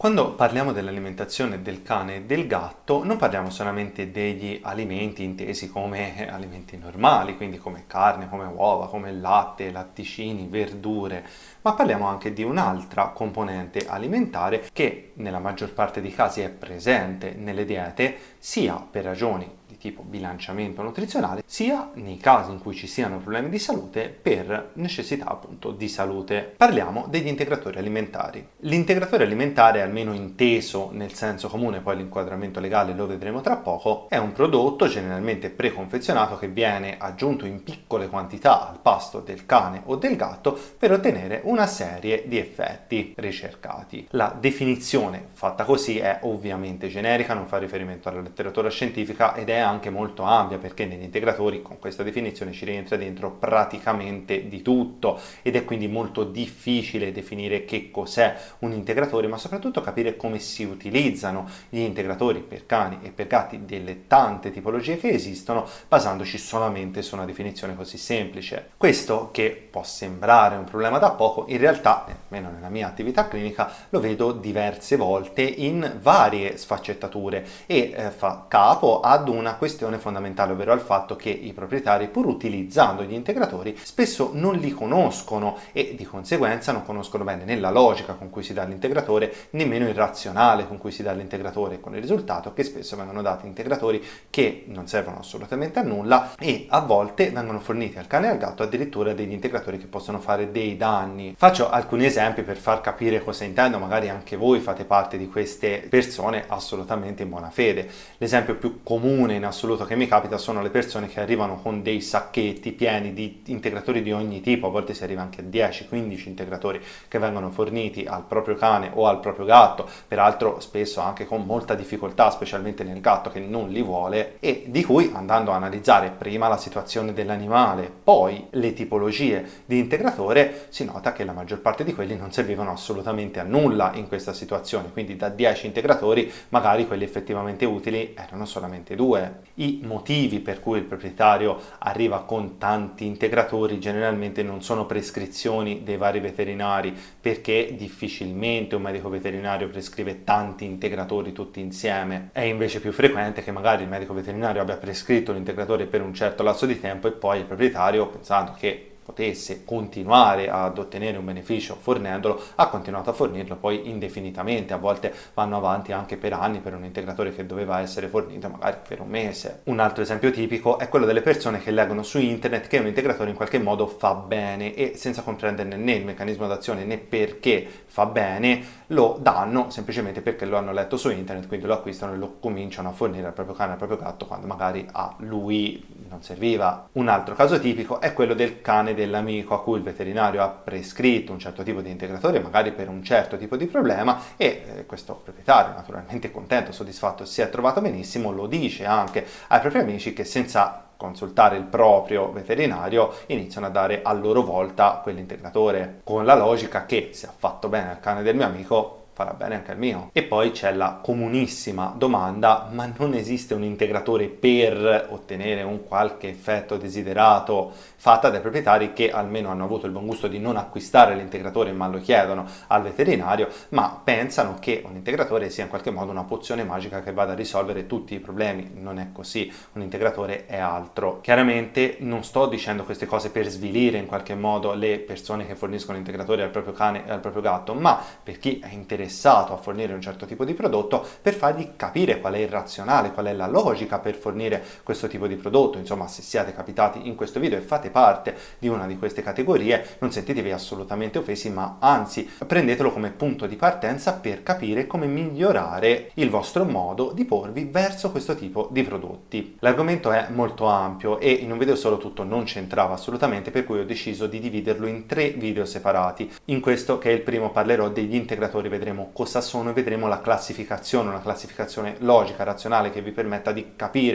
Quando parliamo dell'alimentazione del cane e del gatto, non parliamo solamente degli alimenti intesi come alimenti normali, quindi come carne, come uova, come latte, latticini, verdure, ma parliamo anche di un'altra componente alimentare che nella maggior parte dei casi è presente nelle diete, sia per ragioni di tipo bilanciamento nutrizionale, sia nei casi in cui ci siano problemi di salute per necessità appunto di salute. Parliamo degli integratori alimentari. L'integratore alimentare, almeno inteso nel senso comune, poi l'inquadramento legale lo vedremo tra poco, è un prodotto generalmente preconfezionato che viene aggiunto in piccole quantità al pasto del cane o del gatto per ottenere una serie di effetti ricercati. La definizione fatta così è ovviamente generica, non fa riferimento alla letteratura scientifica ed è anche molto ampia, perché negli integratori con questa definizione ci rientra dentro praticamente di tutto ed è quindi molto difficile definire che cos'è un integratore, ma soprattutto capire come si utilizzano gli integratori per cani e per gatti delle tante tipologie che esistono, basandoci solamente su una definizione così semplice. Questo, che può sembrare un problema da poco, in realtà, almeno nella mia attività clinica, lo vedo diverse volte in varie sfaccettature e fa capo ad una questione fondamentale, ovvero al fatto che i proprietari, pur utilizzando gli integratori, spesso non li conoscono e di conseguenza non conoscono bene né la logica con cui si dà l'integratore, nemmeno il razionale con cui si dà l'integratore, con il risultato che spesso vengono dati integratori che non servono assolutamente a nulla e a volte vengono forniti al cane e al gatto addirittura degli integratori che possono fare dei danni. Faccio alcuni esempi per far capire cosa intendo, magari anche voi fate parte di queste persone assolutamente in buona fede. L'esempio più comune in assoluto che mi capita sono le persone che arrivano con dei sacchetti pieni di integratori di ogni tipo, a volte si arriva anche a 10-15 integratori che vengono forniti al proprio cane o al proprio gatto, peraltro spesso anche con molta difficoltà, specialmente nel gatto che non li vuole, e di cui, andando a analizzare prima la situazione dell'animale, poi le tipologie di integratore, si nota che la maggior parte di quelli non servivano assolutamente a nulla in questa situazione, quindi da 10 integratori magari quelli effettivamente utili erano solamente 2. I motivi per cui il proprietario arriva con tanti integratori generalmente non sono prescrizioni dei vari veterinari, perché difficilmente un medico veterinario prescrive tanti integratori tutti insieme. È invece più frequente che magari il medico veterinario abbia prescritto l'integratore per un certo lasso di tempo e poi il proprietario, pensando che potesse continuare ad ottenere un beneficio fornendolo, ha continuato a fornirlo poi indefinitamente. A volte vanno avanti anche per anni per un integratore che doveva essere fornito magari per un mese. Un altro esempio tipico è quello delle persone che leggono su internet che un integratore in qualche modo fa bene e, senza comprenderne né il meccanismo d'azione né perché fa bene, lo danno semplicemente perché lo hanno letto su internet, quindi lo acquistano e lo cominciano a fornire al proprio cane e al proprio gatto quando magari a lui non serviva. Un altro caso tipico è quello del cane dell'amico a cui il veterinario ha prescritto un certo tipo di integratore, magari per un certo tipo di problema, e questo proprietario, naturalmente contento, soddisfatto, si è trovato benissimo, lo dice anche ai propri amici che senza consultare il proprio veterinario iniziano a dare a loro volta quell'integratore, con la logica che se ha fatto bene al cane del mio amico farà bene anche al mio. E poi c'è la comunissima domanda: ma non esiste un integratore per ottenere un qualche effetto desiderato, fatta dai proprietari che almeno hanno avuto il buon gusto di non acquistare l'integratore ma lo chiedono al veterinario, ma pensano che un integratore sia in qualche modo una pozione magica che vada a risolvere tutti i problemi. Non è così, un integratore è altro. Chiaramente non sto dicendo queste cose per svilire in qualche modo le persone che forniscono integratori al proprio cane e al proprio gatto, ma per chi è interessato a fornire un certo tipo di prodotto, per fargli capire qual è il razionale, qual è la logica per fornire questo tipo di prodotto. Insomma, se siete capitati in questo video e fate parte di una di queste categorie, non sentitevi assolutamente offesi, ma anzi prendetelo come punto di partenza per capire come migliorare il vostro modo di porvi verso questo tipo di prodotti. L'argomento è molto ampio e in un video solo tutto non c'entrava assolutamente, per cui ho deciso di dividerlo in 3 video separati. In questo, che è il primo, parlerò degli integratori, vedremo cosa sono e vedremo la classificazione, una classificazione logica, razionale, che vi permetta di capire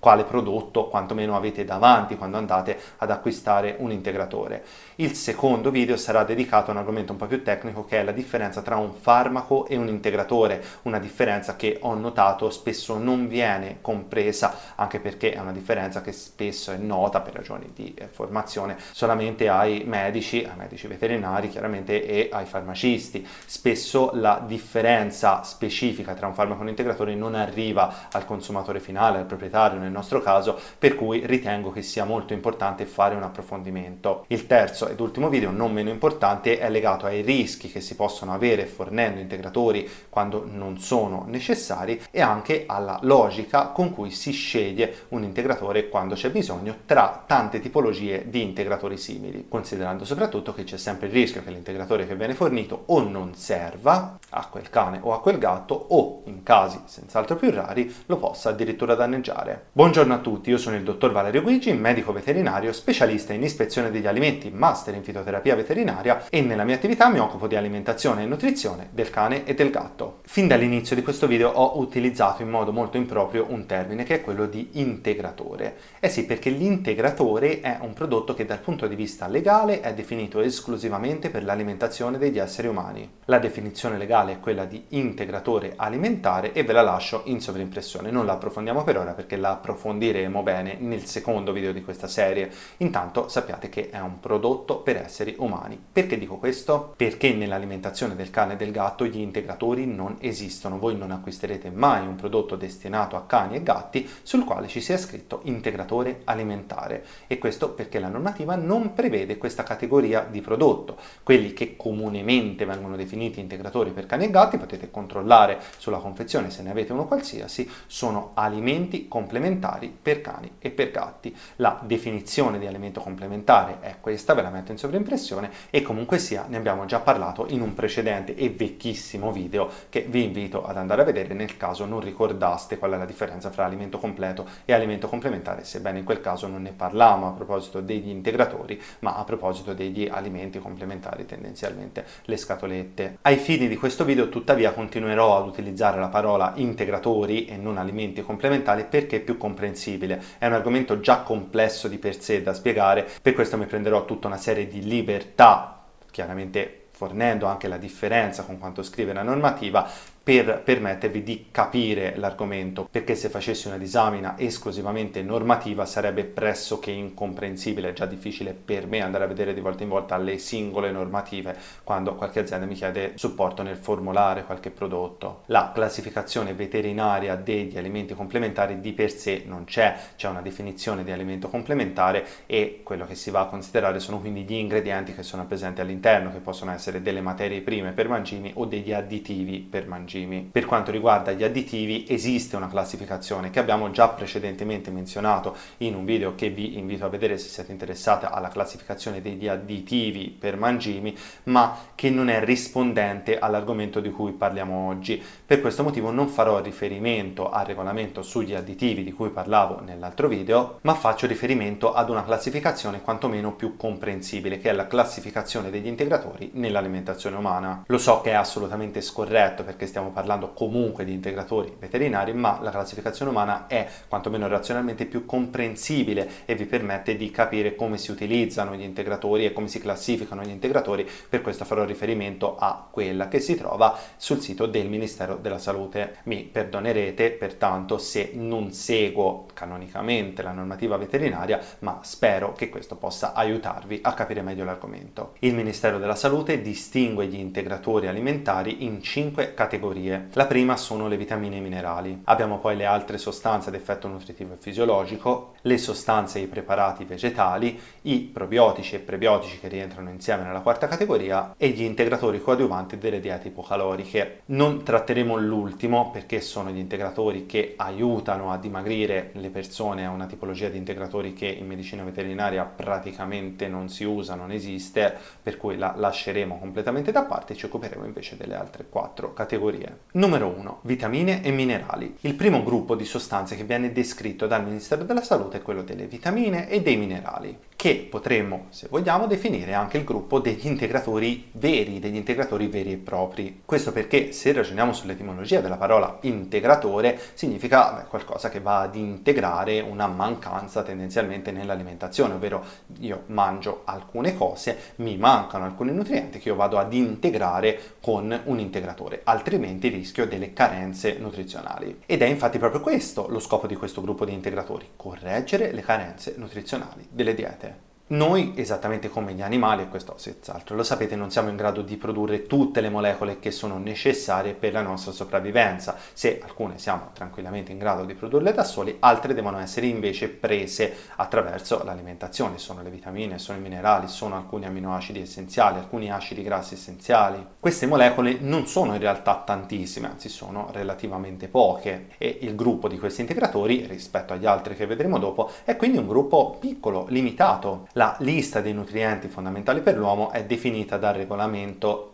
quale prodotto quantomeno avete davanti quando andate ad acquistare un integratore. Il secondo video sarà dedicato a un argomento un po' più tecnico, che è la differenza tra un farmaco e un integratore, una differenza che ho notato spesso non viene compresa, anche perché è una differenza che spesso è nota per ragioni di formazione solamente ai medici veterinari chiaramente e ai farmacisti. Spesso la differenza specifica tra un farmaco e un integratore non arriva al consumatore finale, al proprietario nel nostro caso, per cui ritengo che sia molto importante fare un approfondimento. Il terzo ed ultimo video, non meno importante, è legato ai rischi che si possono avere fornendo integratori quando non sono necessari e anche alla logica con cui si sceglie un integratore quando c'è bisogno tra tante tipologie di integratori simili, considerando soprattutto che c'è sempre il rischio che l'integratore che viene fornito o non serva a quel cane o a quel gatto o, in casi senz'altro più rari, lo possa addirittura danneggiare. Buongiorno a tutti, io sono il dottor Valerio Guigi, medico veterinario, specialista in ispezione degli alimenti, master in fitoterapia veterinaria, e nella mia attività mi occupo di alimentazione e nutrizione del cane e del gatto. Fin dall'inizio di questo video ho utilizzato in modo molto improprio un termine che è quello di integratore. Eh sì, perché l'integratore è un prodotto che dal punto di vista legale è definito esclusivamente per l'alimentazione degli esseri umani. La definizione legale è quella di integratore alimentare e ve la lascio in sovrimpressione. Non la approfondiamo per ora perché la approfondiremo bene nel secondo video di questa serie. Intanto sappiate che è un prodotto per esseri umani. Perché dico questo? Perché nell'alimentazione del cane e del gatto gli integratori non esistono. Voi non acquisterete mai un prodotto destinato a cani e gatti sul quale ci sia scritto integratore alimentare, e questo perché la normativa non prevede questa categoria di prodotto. Quelli che comunemente vengono definiti integratori per cani e gatti, potete controllare sulla confezione se ne avete uno qualsiasi, sono alimenti complementari per cani e per gatti. La definizione di alimento complementare è questa, ve la metto in sovraimpressione, e comunque sia ne abbiamo già parlato in un precedente e vecchissimo video che vi invito ad andare a vedere nel caso non ricordaste qual è la differenza fra alimento completo e alimento complementare, sebbene in quel caso non ne parlavamo a proposito degli integratori, ma a proposito degli alimenti complementari, tendenzialmente le scatolette. Ai fini di questo video tuttavia continuerò ad utilizzare la parola integratori e non alimenti complementari perché è più comprensibile. È un argomento già complesso di per sé da spiegare, per questo mi prenderò tutta una serie di libertà, chiaramente fornendo anche la differenza con quanto scrive la normativa, per permettervi di capire l'argomento, perché se facessi una disamina esclusivamente normativa sarebbe pressoché incomprensibile. È già difficile per me andare a vedere di volta in volta le singole normative quando qualche azienda mi chiede supporto nel formulare qualche prodotto. La classificazione veterinaria degli alimenti complementari di per sé non c'è una definizione di alimento complementare e quello che si va a considerare sono quindi gli ingredienti che sono presenti all'interno, che possono essere delle materie prime per mangimi o degli additivi per mangimi. Per quanto riguarda gli additivi esiste una classificazione che abbiamo già precedentemente menzionato in un video che vi invito a vedere se siete interessati alla classificazione degli additivi per mangimi, ma che non è rispondente all'argomento di cui parliamo oggi. Per questo motivo non farò riferimento al regolamento sugli additivi di cui parlavo nell'altro video, ma faccio riferimento ad una classificazione quantomeno più comprensibile, che è la classificazione degli integratori nell'alimentazione umana. Lo so che è assolutamente scorretto perché stiamo parlando comunque di integratori veterinari, ma la classificazione umana è quantomeno razionalmente più comprensibile e vi permette di capire come si utilizzano gli integratori e come si classificano gli integratori. Per questo farò riferimento a quella che si trova sul sito del Ministero della Salute. Mi perdonerete pertanto se non seguo canonicamente la normativa veterinaria, ma spero che questo possa aiutarvi a capire meglio l'argomento. Il Ministero della Salute distingue gli integratori alimentari in 5 categorie. La prima sono le vitamine e i minerali. Abbiamo poi le altre sostanze ad effetto nutritivo e fisiologico, le sostanze e i preparati vegetali, i probiotici e prebiotici che rientrano insieme nella quarta categoria e gli integratori coadiuvanti delle diete ipocaloriche. Non tratteremo l'ultimo perché sono gli integratori che aiutano a dimagrire le persone, è una tipologia di integratori che in medicina veterinaria praticamente non si usa, non esiste, per cui la lasceremo completamente da parte e ci occuperemo invece delle altre 4 categorie. Numero 1. Vitamine e minerali. Il primo gruppo di sostanze che viene descritto dal Ministero della Salute è quello delle vitamine e dei minerali, che potremmo, se vogliamo, definire anche il gruppo degli integratori veri e propri. Questo perché, se ragioniamo sull'etimologia della parola integratore, significa qualcosa che va ad integrare una mancanza tendenzialmente nell'alimentazione, ovvero io mangio alcune cose, mi mancano alcuni nutrienti che io vado ad integrare con un integratore, altrimenti rischio delle carenze nutrizionali. Ed è infatti proprio questo lo scopo di questo gruppo di integratori: correggere le carenze nutrizionali delle diete. Noi, esattamente come gli animali, e questo senz'altro lo sapete, non siamo in grado di produrre tutte le molecole che sono necessarie per la nostra sopravvivenza. Se alcune siamo tranquillamente in grado di produrle da soli, altre devono essere invece prese attraverso l'alimentazione. Sono le vitamine, sono i minerali, sono alcuni aminoacidi essenziali, alcuni acidi grassi essenziali. Queste molecole non sono in realtà tantissime, anzi sono relativamente poche, e il gruppo di questi integratori, rispetto agli altri che vedremo dopo, è quindi un gruppo piccolo, limitato. La lista dei nutrienti fondamentali per l'uomo è definita dal regolamento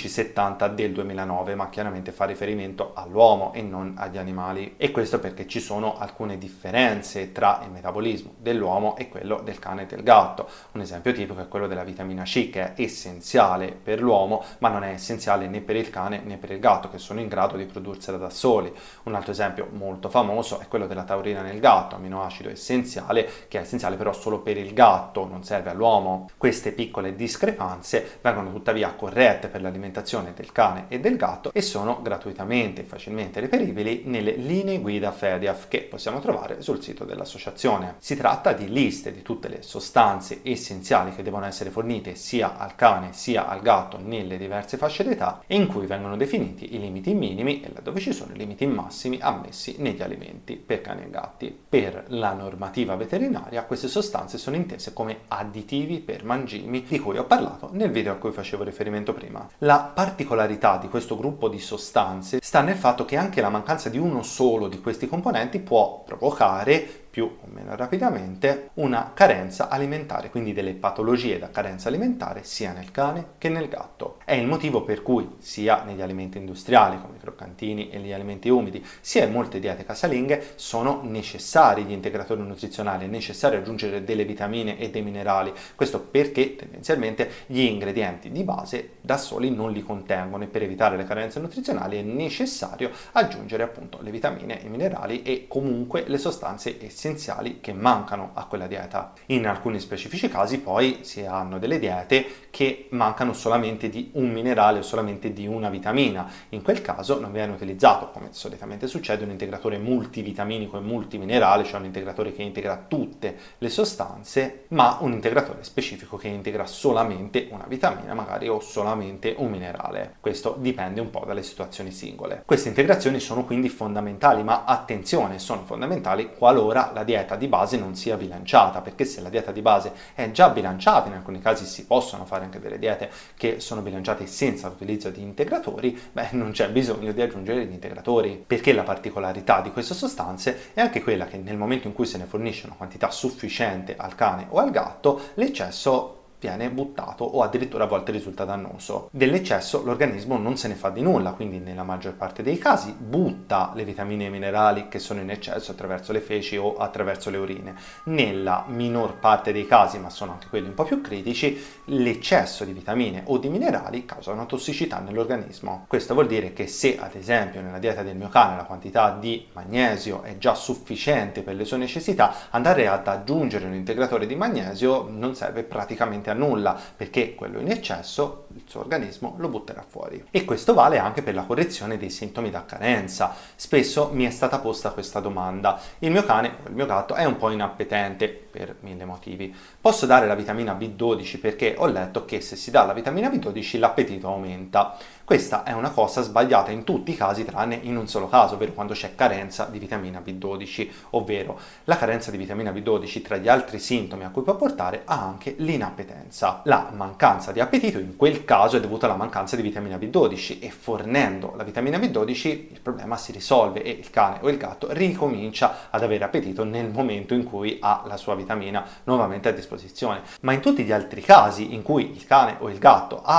1170 del 2009, ma chiaramente fa riferimento all'uomo e non agli animali. E questo perché ci sono alcune differenze tra il metabolismo dell'uomo e quello del cane e del gatto. Un esempio tipico è quello della vitamina C, che è essenziale per l'uomo, ma non è essenziale né per il cane né per il gatto, che sono in grado di prodursela da soli. Un altro esempio molto famoso è quello della taurina nel gatto, aminoacido essenziale, che è essenziale però solo per il gatto, non serve all'uomo. Queste piccole discrepanze vengono tuttavia corrette per l'alimentazione del cane e del gatto e sono gratuitamente e facilmente reperibili nelle linee guida FEDIAF che possiamo trovare sul sito dell'associazione. Si tratta di liste di tutte le sostanze essenziali che devono essere fornite sia al cane sia al gatto nelle diverse fasce d'età, e in cui vengono definiti i limiti minimi e laddove ci sono i limiti massimi ammessi negli alimenti per cani e gatti. Per la normativa veterinaria queste sostanze sono intese come additivi per mangimi, di cui ho parlato nel video a cui facevo riferimento prima. La particolarità di questo gruppo di sostanze sta nel fatto che anche la mancanza di uno solo di questi componenti può provocare più o meno rapidamente una carenza alimentare, quindi delle patologie da carenza alimentare sia nel cane che nel gatto. È il motivo per cui sia negli alimenti industriali come i croccantini e gli alimenti umidi, sia in molte diete casalinghe sono necessari gli integratori nutrizionali, è necessario aggiungere delle vitamine e dei minerali. Questo perché tendenzialmente gli ingredienti di base da soli non li contengono, e per evitare le carenze nutrizionali è necessario aggiungere appunto le vitamine, i minerali e comunque le sostanze essenziali che mancano a quella dieta. In alcuni specifici casi poi si hanno delle diete che mancano solamente di un minerale o solamente di una vitamina. In quel caso non viene utilizzato, come solitamente succede, un integratore multivitaminico e multiminerale, cioè un integratore che integra tutte le sostanze, ma un integratore specifico che integra solamente una vitamina magari o solamente un minerale. Questo dipende un po' dalle situazioni singole. Queste integrazioni sono quindi fondamentali, ma attenzione, sono fondamentali qualora la dieta di base non sia bilanciata, perché se la dieta di base è già bilanciata, in alcuni casi si possono fare anche delle diete che sono bilanciate senza l'utilizzo di integratori, non c'è bisogno di aggiungere gli integratori, perché la particolarità di queste sostanze è anche quella che nel momento in cui se ne fornisce una quantità sufficiente al cane o al gatto, l'eccesso viene buttato o addirittura a volte risulta dannoso. Dell'eccesso l'organismo non se ne fa di nulla, quindi nella maggior parte dei casi butta le vitamine e i minerali che sono in eccesso attraverso le feci o attraverso le urine. Nella minor parte dei casi, ma sono anche quelli un po' più critici, l'eccesso di vitamine o di minerali causa una tossicità nell'organismo. Questo vuol dire che se ad esempio nella dieta del mio cane la quantità di magnesio è già sufficiente per le sue necessità, andare ad aggiungere un integratore di magnesio non serve praticamente a nulla, perché quello in eccesso il suo organismo lo butterà fuori. E questo vale anche per la correzione dei sintomi da carenza. Spesso mi è stata posta questa domanda: il mio cane o il mio gatto è un po' inappetente per 1000 motivi, posso dare la vitamina B12 perché ho letto che se si dà la vitamina B12 l'appetito aumenta. Questa è una cosa sbagliata in tutti i casi tranne in un solo caso, ovvero quando c'è carenza di vitamina B12, ovvero la carenza di vitamina B12 tra gli altri sintomi a cui può portare ha anche l'inappetenza. La mancanza di appetito in quel caso è dovuta alla mancanza di vitamina B12 e fornendo la vitamina B12 il problema si risolve e il cane o il gatto ricomincia ad avere appetito nel momento in cui ha la sua vitamina nuovamente a disposizione. Ma in tutti gli altri casi in cui il cane o il gatto ha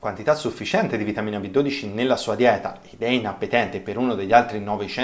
quantità sufficiente di vitamina B12 nella sua dieta ed è inappetente per uno degli altri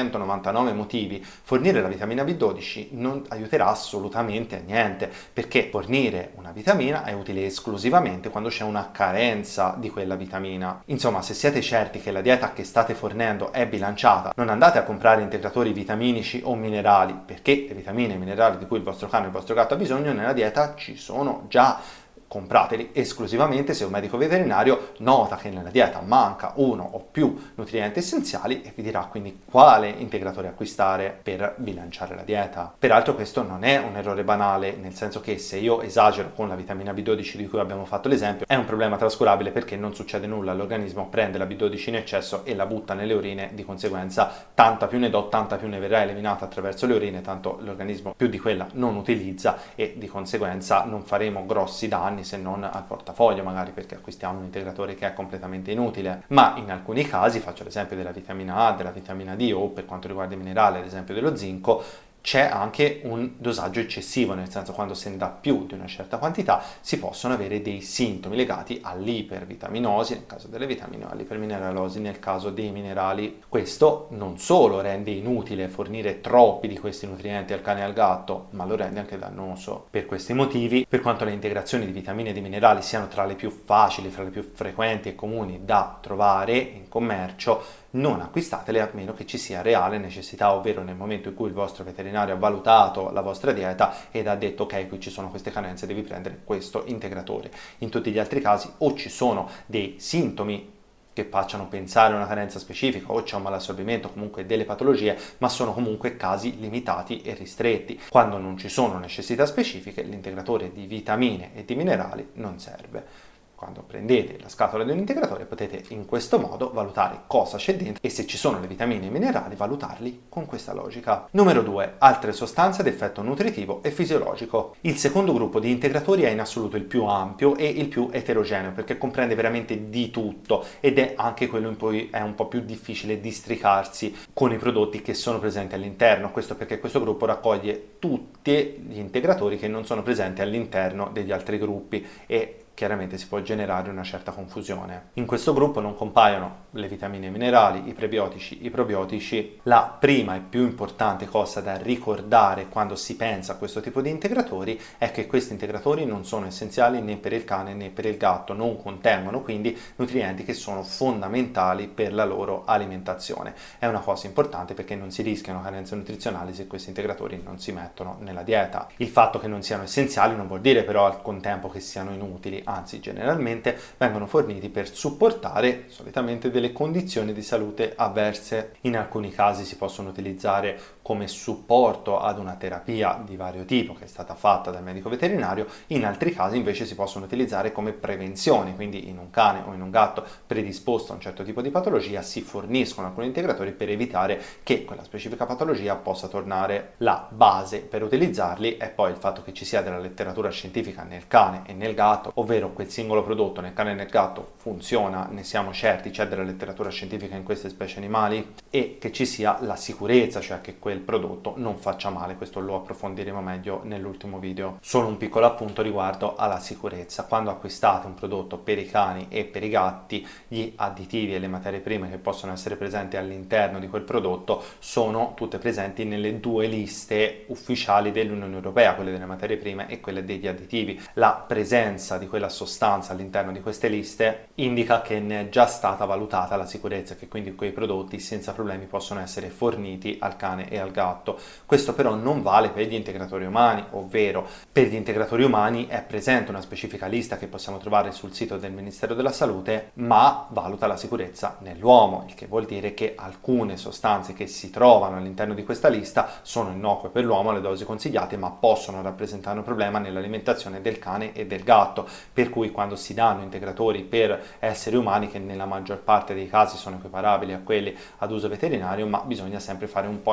999 motivi, fornire la vitamina B12 non aiuterà assolutamente a niente, perché fornire una vitamina è utile esclusivamente quando c'è una carenza di quella vitamina. Insomma, se siete certi che la dieta che state fornendo è bilanciata, non andate a comprare integratori vitaminici o minerali, perché le vitamine e i minerali di cui il vostro cane o il vostro gatto ha bisogno nella dieta ci sono già. Comprateli esclusivamente se un medico veterinario nota che nella dieta manca uno o più nutrienti essenziali e vi dirà quindi quale integratore acquistare per bilanciare la dieta. Peraltro questo non è un errore banale, nel senso che se io esagero con la vitamina B12 di cui abbiamo fatto l'esempio, è un problema trascurabile perché non succede nulla, l'organismo prende la B12 in eccesso e la butta nelle urine, di conseguenza tanta più ne do, tanta più ne verrà eliminata attraverso le urine, tanto l'organismo più di quella non utilizza e di conseguenza non faremo grossi danni se non al portafoglio magari perché acquistiamo un integratore che è completamente inutile. Ma in alcuni casi, faccio l'esempio della vitamina A, della vitamina D o per quanto riguarda i minerali ad esempio dello zinco, c'è anche un dosaggio eccessivo, nel senso quando se ne dà più di una certa quantità si possono avere dei sintomi legati all'ipervitaminosi nel caso delle vitamine o all'ipermineralosi nel caso dei minerali. Questo non solo rende inutile fornire troppi di questi nutrienti al cane e al gatto, ma lo rende anche dannoso. Per questi motivi, per quanto le integrazioni di vitamine e di minerali siano tra le più facili, tra le più frequenti e comuni da trovare in commercio, non acquistatele a meno che ci sia reale necessità, ovvero nel momento in cui il vostro veterinario ha valutato la vostra dieta ed ha detto ok, qui ci sono queste carenze, devi prendere questo integratore. In tutti gli altri casi o ci sono dei sintomi che facciano pensare a una carenza specifica o c'è un malassorbimento, comunque delle patologie, ma sono comunque casi limitati e ristretti. Quando non ci sono necessità specifiche, l'integratore di vitamine e di minerali non serve. Quando prendete la scatola di un integratore potete in questo modo valutare cosa c'è dentro e se ci sono le vitamine e i minerali valutarli con questa logica. Numero 2. Altre sostanze ad effetto nutritivo e fisiologico. Il secondo gruppo di integratori è in assoluto il più ampio e il più eterogeneo perché comprende veramente di tutto ed è anche quello in cui è un po' più difficile districarsi con i prodotti che sono presenti all'interno. Questo perché questo gruppo raccoglie tutti gli integratori che non sono presenti all'interno degli altri gruppi e chiaramente si può generare una certa confusione. In questo gruppo non compaiono le vitamine e minerali, i prebiotici, i probiotici. La prima e più importante cosa da ricordare quando si pensa a questo tipo di integratori è che questi integratori non sono essenziali né per il cane né per il gatto, non contengono quindi nutrienti che sono fondamentali per la loro alimentazione. È una cosa importante perché non si rischiano carenze nutrizionali se questi integratori non si mettono nella dieta. Il fatto che non siano essenziali non vuol dire però al contempo che siano inutili, anzi generalmente vengono forniti per supportare solitamente delle condizioni di salute avverse. In alcuni casi si possono utilizzare come supporto ad una terapia di vario tipo che è stata fatta dal medico veterinario, in altri casi invece si possono utilizzare come prevenzione, quindi in un cane o in un gatto predisposto a un certo tipo di patologia si forniscono alcuni integratori per evitare che quella specifica patologia possa tornare. La base per utilizzarli è poi il fatto che ci sia della letteratura scientifica nel cane e nel gatto, ovvero quel singolo prodotto nel cane e nel gatto funziona, ne siamo certi, c'è della letteratura scientifica in queste specie animali e che ci sia la sicurezza, cioè che quel prodotto non faccia male. Questo lo approfondiremo meglio nell'ultimo video. Solo un piccolo appunto riguardo alla sicurezza: quando acquistate un prodotto per i cani e per i gatti, gli additivi e le materie prime che possono essere presenti all'interno di quel prodotto sono tutte presenti nelle due liste ufficiali dell'Unione Europea, quelle delle materie prime e quelle degli additivi. La presenza di quella sostanza all'interno di queste liste indica che ne è già stata valutata la sicurezza, che quindi quei prodotti senza problemi possono essere forniti al cane e al gatto. Questo però non vale per gli integratori umani, ovvero per gli integratori umani è presente una specifica lista che possiamo trovare sul sito del Ministero della Salute, ma valuta la sicurezza nell'uomo, il che vuol dire che alcune sostanze che si trovano all'interno di questa lista sono innocue per l'uomo alle dosi consigliate, ma possono rappresentare un problema nell'alimentazione del cane e del gatto, per cui quando si danno integratori per esseri umani, che nella maggior parte dei casi sono equiparabili a quelli ad uso veterinario, ma bisogna sempre fare un po' di attenzione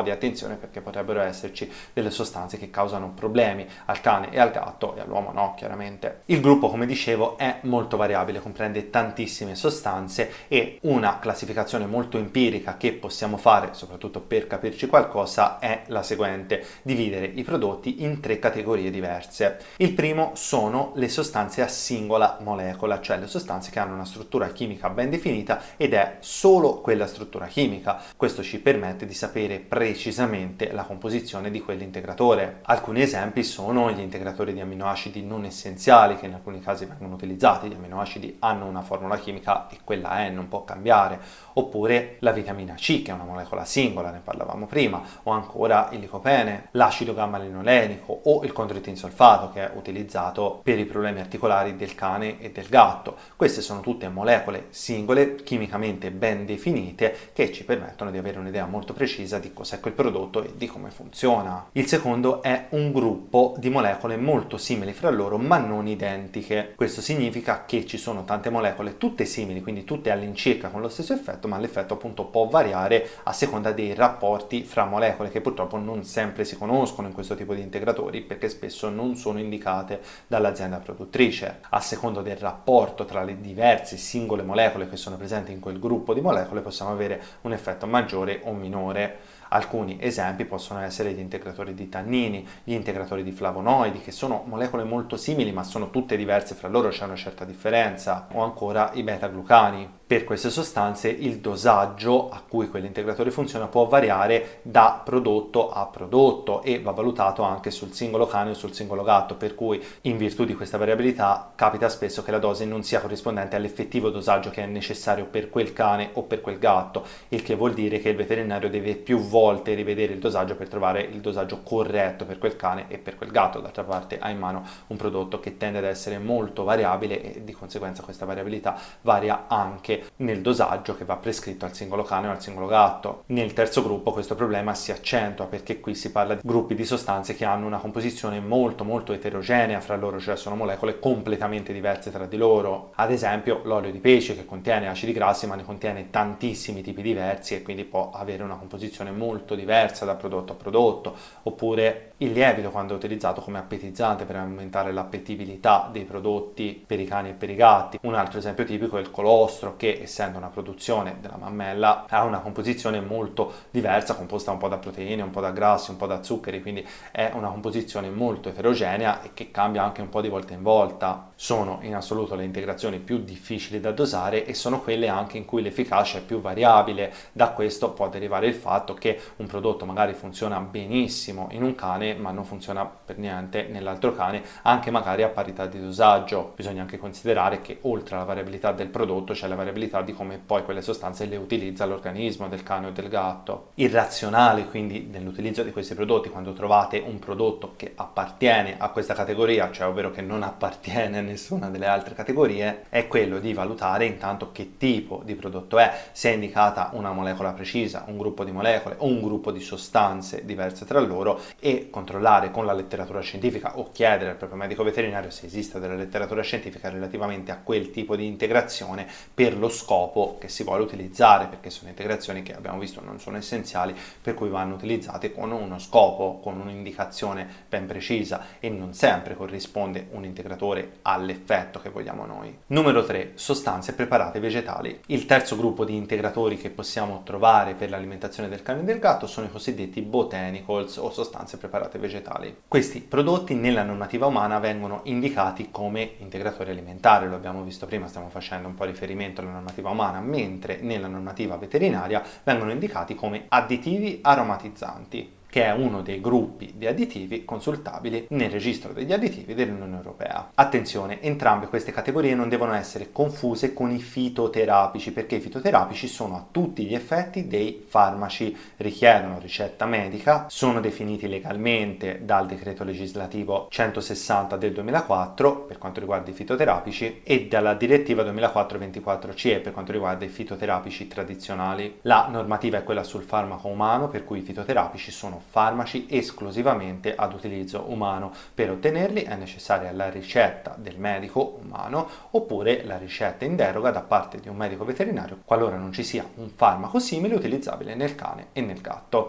attenzione perché potrebbero esserci delle sostanze che causano problemi al cane e al gatto e all'uomo no, chiaramente. Il gruppo, come dicevo, è molto variabile, comprende tantissime sostanze e una classificazione molto empirica che possiamo fare, soprattutto per capirci qualcosa, è la seguente: dividere i prodotti in 3 categorie diverse. Il primo sono le sostanze a singola molecola, cioè le sostanze che hanno una struttura chimica ben definita ed è solo quella struttura chimica. Questo ci permette di sapere precisamente la composizione di quell'integratore. Alcuni esempi sono gli integratori di amminoacidi non essenziali, che in alcuni casi vengono utilizzati. Gli amminoacidi hanno una formula chimica e quella è, non può cambiare. Oppure la vitamina C, che è una molecola singola, ne parlavamo prima, o ancora il licopene, l'acido gamma-linolenico o il condroitinsolfato, che è utilizzato per i problemi articolari del cane e del gatto. Queste sono tutte molecole singole, chimicamente ben definite, che ci permettono di avere un'idea molto precisa di cos'è quel prodotto e di come funziona. Il secondo è un gruppo di molecole molto simili fra loro ma non identiche. Questo significa che ci sono tante molecole tutte simili, quindi tutte all'incirca con lo stesso effetto, ma l'effetto appunto può variare a seconda dei rapporti fra molecole che purtroppo non sempre si conoscono in questo tipo di integratori perché spesso non sono indicate dall'azienda produttrice. A seconda del rapporto tra le diverse singole molecole che sono presenti in quel gruppo di molecole possiamo avere un effetto maggiore o minore. Alcuni esempi possono essere gli integratori di tannini, gli integratori di flavonoidi, che sono molecole molto simili ma sono tutte diverse fra loro, c'è una certa differenza, o ancora i beta-glucani. Per queste sostanze il dosaggio a cui quell'integratore funziona può variare da prodotto a prodotto e va valutato anche sul singolo cane o sul singolo gatto, per cui in virtù di questa variabilità capita spesso che la dose non sia corrispondente all'effettivo dosaggio che è necessario per quel cane o per quel gatto, il che vuol dire che il veterinario deve più volte rivedere il dosaggio per trovare il dosaggio corretto per quel cane e per quel gatto. D'altra parte ha in mano un prodotto che tende ad essere molto variabile e di conseguenza questa variabilità varia anche nel dosaggio che va prescritto al singolo cane o al singolo gatto. Nel terzo gruppo questo problema si accentua perché qui si parla di gruppi di sostanze che hanno una composizione molto eterogenea fra loro, cioè sono molecole completamente diverse tra di loro. Ad esempio l'olio di pesce, che contiene acidi grassi ma ne contiene tantissimi tipi diversi e quindi può avere una composizione molto diversa da prodotto a prodotto, oppure il lievito, quando è utilizzato come appetizzante per aumentare l'appetibilità dei prodotti per i cani e per i gatti. Un altro esempio tipico è il colostro, che essendo una produzione della mammella ha una composizione molto diversa, composta un po' da proteine, un po' da grassi, un po' da zuccheri, quindi è una composizione molto eterogenea e che cambia anche un po' di volta in volta. Sono in assoluto le integrazioni più difficili da dosare e sono quelle anche in cui l'efficacia è più variabile. Da questo può derivare il fatto che un prodotto magari funziona benissimo in un cane ma non funziona per niente nell'altro cane, anche magari a parità di dosaggio. Bisogna anche considerare che oltre alla variabilità del prodotto c'è la variabilità di come poi quelle sostanze le utilizza l'organismo del cane o del gatto. Il razionale quindi nell'utilizzo di questi prodotti, quando trovate un prodotto che appartiene a questa categoria, cioè ovvero che non appartiene a nessuna delle altre categorie, è quello di valutare intanto che tipo di prodotto è, se è indicata una molecola precisa, un gruppo di molecole o un gruppo di sostanze diverse tra loro, e controllare con la letteratura scientifica o chiedere al proprio medico veterinario se esiste della letteratura scientifica relativamente a quel tipo di integrazione per lo scopo che si vuole utilizzare, perché sono integrazioni che abbiamo visto non sono essenziali, per cui vanno utilizzate con uno scopo, con un'indicazione ben precisa e non sempre corrisponde un integratore all'effetto che vogliamo noi. Numero 3. Sostanze preparate vegetali. Il terzo gruppo di integratori che possiamo trovare per l'alimentazione del cane e del gatto sono i cosiddetti botanicals o sostanze preparate vegetali. Questi prodotti nella normativa umana vengono indicati come integratori alimentari, lo abbiamo visto prima, stiamo facendo un po' riferimento alla normativa umana, mentre nella normativa veterinaria vengono indicati come additivi aromatizzanti, che è uno dei gruppi di additivi consultabili nel registro degli additivi dell'Unione Europea. Attenzione, entrambe queste categorie non devono essere confuse con i fitoterapici, perché i fitoterapici sono a tutti gli effetti dei farmaci, richiedono ricetta medica, sono definiti legalmente dal decreto legislativo 160 del 2004 per quanto riguarda i fitoterapici e dalla direttiva 2004/24/CE per quanto riguarda i fitoterapici tradizionali. La normativa è quella sul farmaco umano, per cui i fitoterapici sono farmaci esclusivamente ad utilizzo umano. Per ottenerli è necessaria la ricetta del medico umano oppure la ricetta in deroga da parte di un medico veterinario qualora non ci sia un farmaco simile utilizzabile nel cane e nel gatto.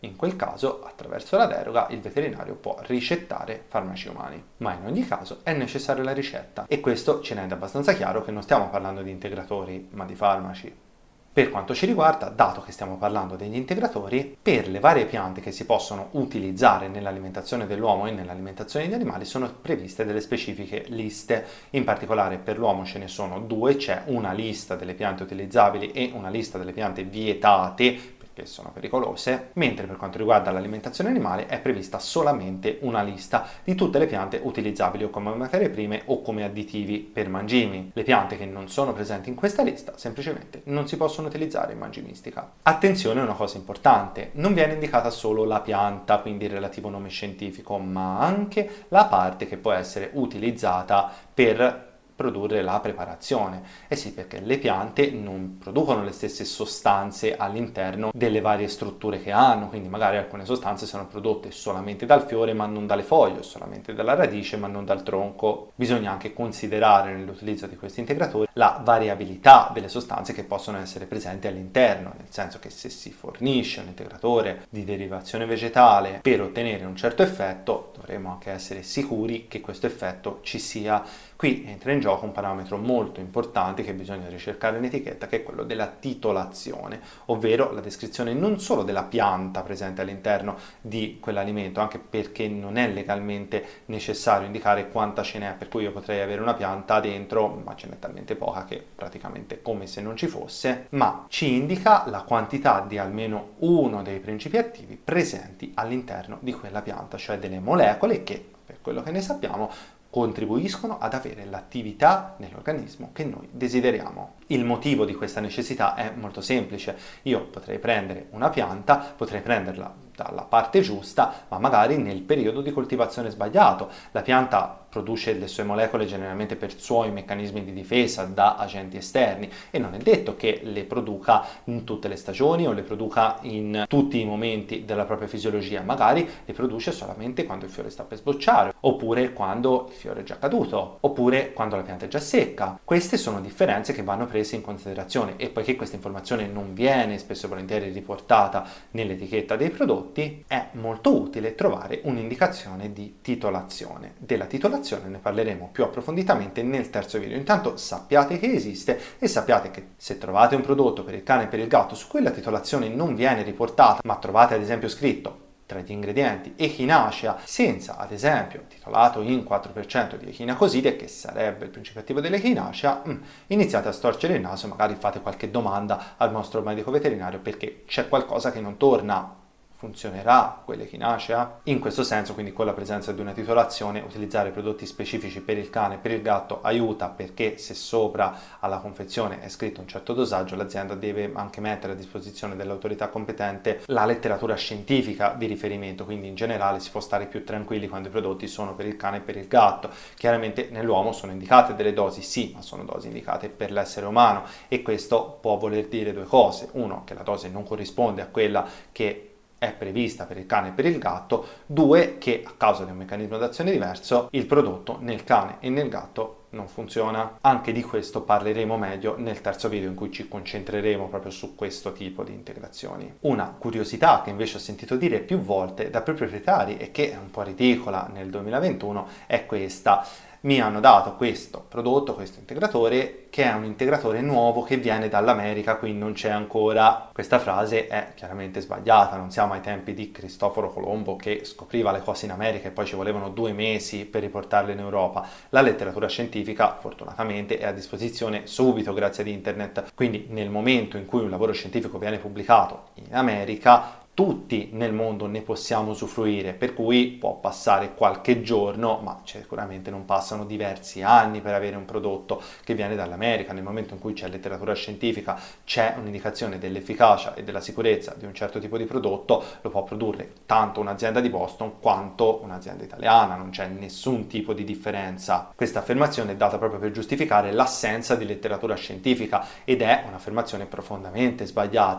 In quel caso, attraverso la deroga, il veterinario può ricettare farmaci umani, ma in ogni caso è necessaria la ricetta e questo ci rende abbastanza chiaro che non stiamo parlando di integratori, ma di farmaci. Per quanto ci riguarda, dato che stiamo parlando degli integratori, per le varie piante che si possono utilizzare nell'alimentazione dell'uomo e nell'alimentazione degli animali sono previste delle specifiche liste. In particolare per l'uomo ce ne sono due, c'è una lista delle piante utilizzabili e una lista delle piante vietate, che sono pericolose, mentre per quanto riguarda l'alimentazione animale è prevista solamente una lista di tutte le piante utilizzabili o come materie prime o come additivi per mangimi. Le piante che non sono presenti in questa lista semplicemente non si possono utilizzare in mangimistica. Attenzione a una cosa importante, non viene indicata solo la pianta, quindi il relativo nome scientifico, ma anche la parte che può essere utilizzata per produrre la preparazione. Eh sì, perché le piante non producono le stesse sostanze all'interno delle varie strutture che hanno, quindi magari alcune sostanze sono prodotte solamente dal fiore ma non dalle foglie, solamente dalla radice ma non dal tronco. Bisogna anche considerare nell'utilizzo di questi integratori la variabilità delle sostanze che possono essere presenti all'interno, nel senso che se si fornisce un integratore di derivazione vegetale per ottenere un certo effetto, dovremo anche essere sicuri che questo effetto ci sia. Qui entra in gioco un parametro molto importante che bisogna ricercare in etichetta, che è quello della titolazione, ovvero la descrizione non solo della pianta presente all'interno di quell'alimento, anche perché non è legalmente necessario indicare quanta ce n'è, per cui io potrei avere una pianta dentro, ma ce n'è talmente poca che praticamente come se non ci fosse, ma ci indica la quantità di almeno uno dei principi attivi presenti all'interno di quella pianta, cioè delle molecole che, per quello che ne sappiamo, contribuiscono ad avere l'attività nell'organismo che noi desideriamo. Il motivo di questa necessità è molto semplice. Io potrei prendere una pianta, potrei prenderla dalla parte giusta, ma magari nel periodo di coltivazione sbagliato. La pianta produce le sue molecole generalmente per suoi meccanismi di difesa da agenti esterni e non è detto che le produca in tutte le stagioni o le produca in tutti i momenti della propria fisiologia, magari le produce solamente quando il fiore sta per sbocciare, oppure quando il fiore è già caduto, oppure quando la pianta è già secca. Queste sono differenze che vanno prese in considerazione e poiché questa informazione non viene spesso e volentieri riportata nell'etichetta dei prodotti, è molto utile trovare un'indicazione di titolazione. Della titolazione ne parleremo più approfonditamente nel terzo video. Intanto sappiate che esiste e sappiate che se trovate un prodotto per il cane e per il gatto su cui la titolazione non viene riportata, ma trovate ad esempio scritto tra gli ingredienti echinacea senza ad esempio titolato in 4% di echinacoside, che sarebbe il principio attivo dell'echinacea, iniziate a storcere il naso e magari fate qualche domanda al nostro medico veterinario perché c'è qualcosa che non torna. Funzionerà quell'echinacea? In questo senso, quindi con la presenza di una titolazione, utilizzare prodotti specifici per il cane e per il gatto aiuta, perché se sopra alla confezione è scritto un certo dosaggio, l'azienda deve anche mettere a disposizione dell'autorità competente la letteratura scientifica di riferimento, quindi in generale si può stare più tranquilli quando i prodotti sono per il cane e per il gatto. Chiaramente nell'uomo sono indicate delle dosi, sì, ma sono dosi indicate per l'essere umano e questo può voler dire due cose: uno, che la dose non corrisponde a quella che è prevista per il cane e per il gatto, due, che a causa di un meccanismo d'azione diverso il prodotto nel cane e nel gatto non funziona. Anche di questo parleremo meglio nel terzo video in cui ci concentreremo proprio su questo tipo di integrazioni. Una curiosità che invece ho sentito dire più volte da proprietari e che è un po' ridicola nel 2021 è questa: mi hanno dato questo prodotto, questo integratore, che è un integratore nuovo che viene dall'America, qui non c'è ancora. Questa frase è chiaramente sbagliata, non siamo ai tempi di Cristoforo Colombo che scopriva le cose in America e poi ci volevano 2 mesi per riportarle in Europa. La letteratura scientifica, fortunatamente, è a disposizione subito grazie ad internet, quindi nel momento in cui un lavoro scientifico viene pubblicato in America, tutti nel mondo ne possiamo usufruire, per cui può passare qualche giorno, ma sicuramente non passano diversi anni per avere un prodotto che viene dall'America. Nel momento in cui c'è letteratura scientifica, c'è un'indicazione dell'efficacia e della sicurezza di un certo tipo di prodotto, lo può produrre tanto un'azienda di Boston quanto un'azienda italiana, non c'è nessun tipo di differenza. Questa affermazione è data proprio per giustificare l'assenza di letteratura scientifica ed è un'affermazione profondamente sbagliata.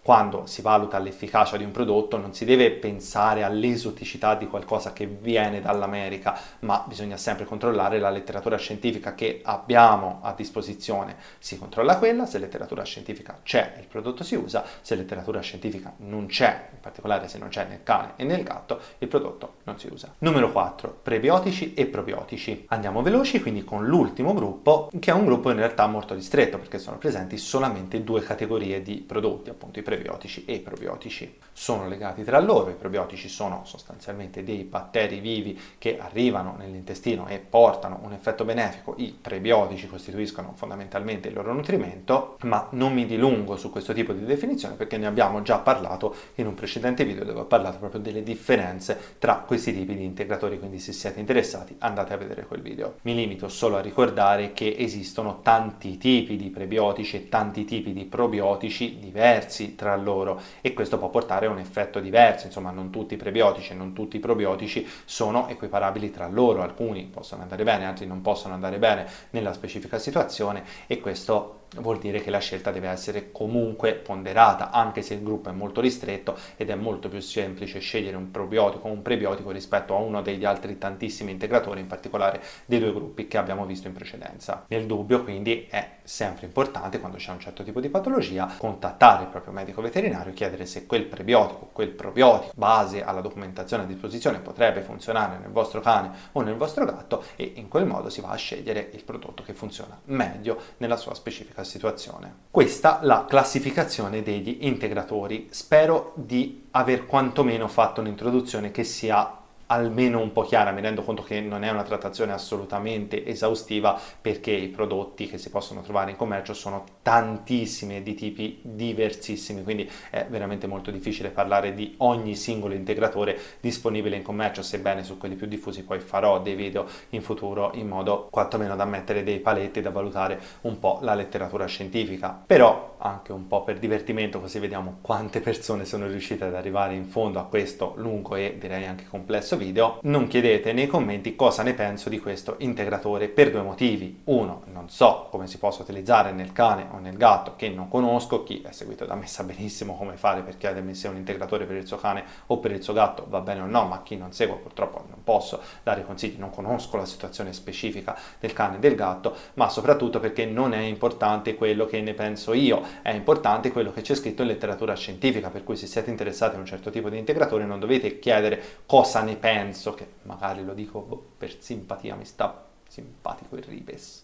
quando si valuta l'efficacia di un prodotto non si deve pensare all'esoticità di qualcosa che viene dall'America, ma bisogna sempre controllare la letteratura scientifica che abbiamo a disposizione. Si controlla quella, se letteratura scientifica c'è il prodotto si usa, se letteratura scientifica non c'è, in particolare se non c'è nel cane e nel gatto, il prodotto non si usa. Numero 4, prebiotici e probiotici. Andiamo veloci, quindi con l'ultimo gruppo, che è un gruppo in realtà molto ristretto perché sono presenti solamente due categorie di prodotti, appunto i prebiotici e i probiotici. Sono legati tra loro, i probiotici sono sostanzialmente dei batteri vivi che arrivano nell'intestino e portano un effetto benefico, i prebiotici costituiscono fondamentalmente il loro nutrimento, ma non mi dilungo su questo tipo di definizione perché ne abbiamo già parlato in un precedente video dove ho parlato proprio delle differenze tra questi tipi di integratori, quindi se siete interessati andate a vedere quel video. Mi limito solo a ricordare che esistono tanti tipi di prebiotici e tanti tipi di probiotici diversi tra loro e questo può portare a un effetto diverso, insomma non tutti i prebiotici e non tutti i probiotici sono equiparabili tra loro, alcuni possono andare bene, altri non possono andare bene nella specifica situazione e questo vuol dire che la scelta deve essere comunque ponderata, anche se il gruppo è molto ristretto ed è molto più semplice scegliere un probiotico o un prebiotico rispetto a uno degli altri tantissimi integratori, in particolare dei due gruppi che abbiamo visto in precedenza. Nel dubbio, quindi, è sempre importante, quando c'è un certo tipo di patologia, contattare il proprio medico veterinario e chiedere se quel prebiotico, quel probiotico, base alla documentazione a disposizione, potrebbe funzionare nel vostro cane o nel vostro gatto e in quel modo si va a scegliere il prodotto che funziona meglio nella sua specifica situazione. Questa la classificazione degli integratori. Spero di aver quantomeno fatto un'introduzione che sia almeno un po' chiara. Mi rendo conto che non è una trattazione assolutamente esaustiva perché i prodotti che si possono trovare in commercio sono tantissimi e di tipi diversissimi, quindi è veramente molto difficile parlare di ogni singolo integratore disponibile in commercio, sebbene su quelli più diffusi poi farò dei video in futuro in modo quantomeno da mettere dei paletti, da valutare un po' la letteratura scientifica. Però anche un po' per divertimento, così vediamo quante persone sono riuscite ad arrivare in fondo a questo lungo e direi anche complesso video, non chiedete nei commenti cosa ne penso di questo integratore per due motivi. Uno, non so come si possa utilizzare nel cane o nel gatto, che non conosco. Chi è seguito da me sa benissimo come fare per chiedermi se un integratore per il suo cane o per il suo gatto va bene o no, ma chi non segue purtroppo non posso dare consigli, non conosco la situazione specifica del cane e del gatto, ma soprattutto perché non è importante quello che ne penso io, è importante quello che c'è scritto in letteratura scientifica, per cui se siete interessati a un certo tipo di integratore non dovete chiedere cosa ne penso, che magari lo dico per simpatia, mi sta simpatico il ribes,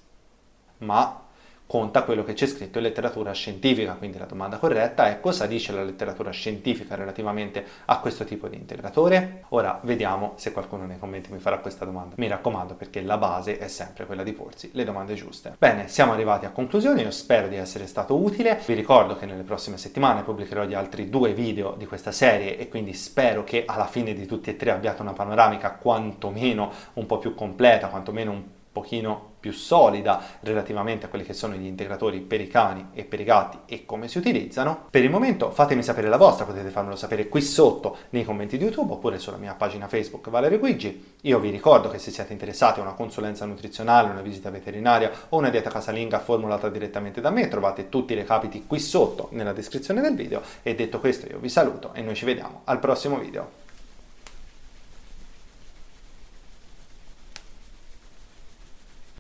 ma conta quello che c'è scritto in letteratura scientifica. Quindi la domanda corretta è: cosa dice la letteratura scientifica relativamente a questo tipo di integratore? Ora vediamo se qualcuno nei commenti mi farà questa domanda. Mi raccomando, perché la base è sempre quella di porsi le domande giuste. Bene, siamo arrivati a conclusione, io spero di essere stato utile. Vi ricordo che nelle prossime settimane pubblicherò gli altri 2 video di questa serie e quindi spero che alla fine di tutti e 3 abbiate una panoramica quantomeno un po' più completa, quantomeno un pochino più solida relativamente a quelli che sono gli integratori per i cani e per i gatti e come si utilizzano. Per il momento fatemi sapere la vostra, potete farmelo sapere qui sotto nei commenti di YouTube oppure sulla mia pagina Facebook Valerio Guigi. Io vi ricordo che se siete interessati a una consulenza nutrizionale, una visita veterinaria o una dieta casalinga formulata direttamente da me, trovate tutti i recapiti qui sotto nella descrizione del video e detto questo io vi saluto e noi ci vediamo al prossimo video.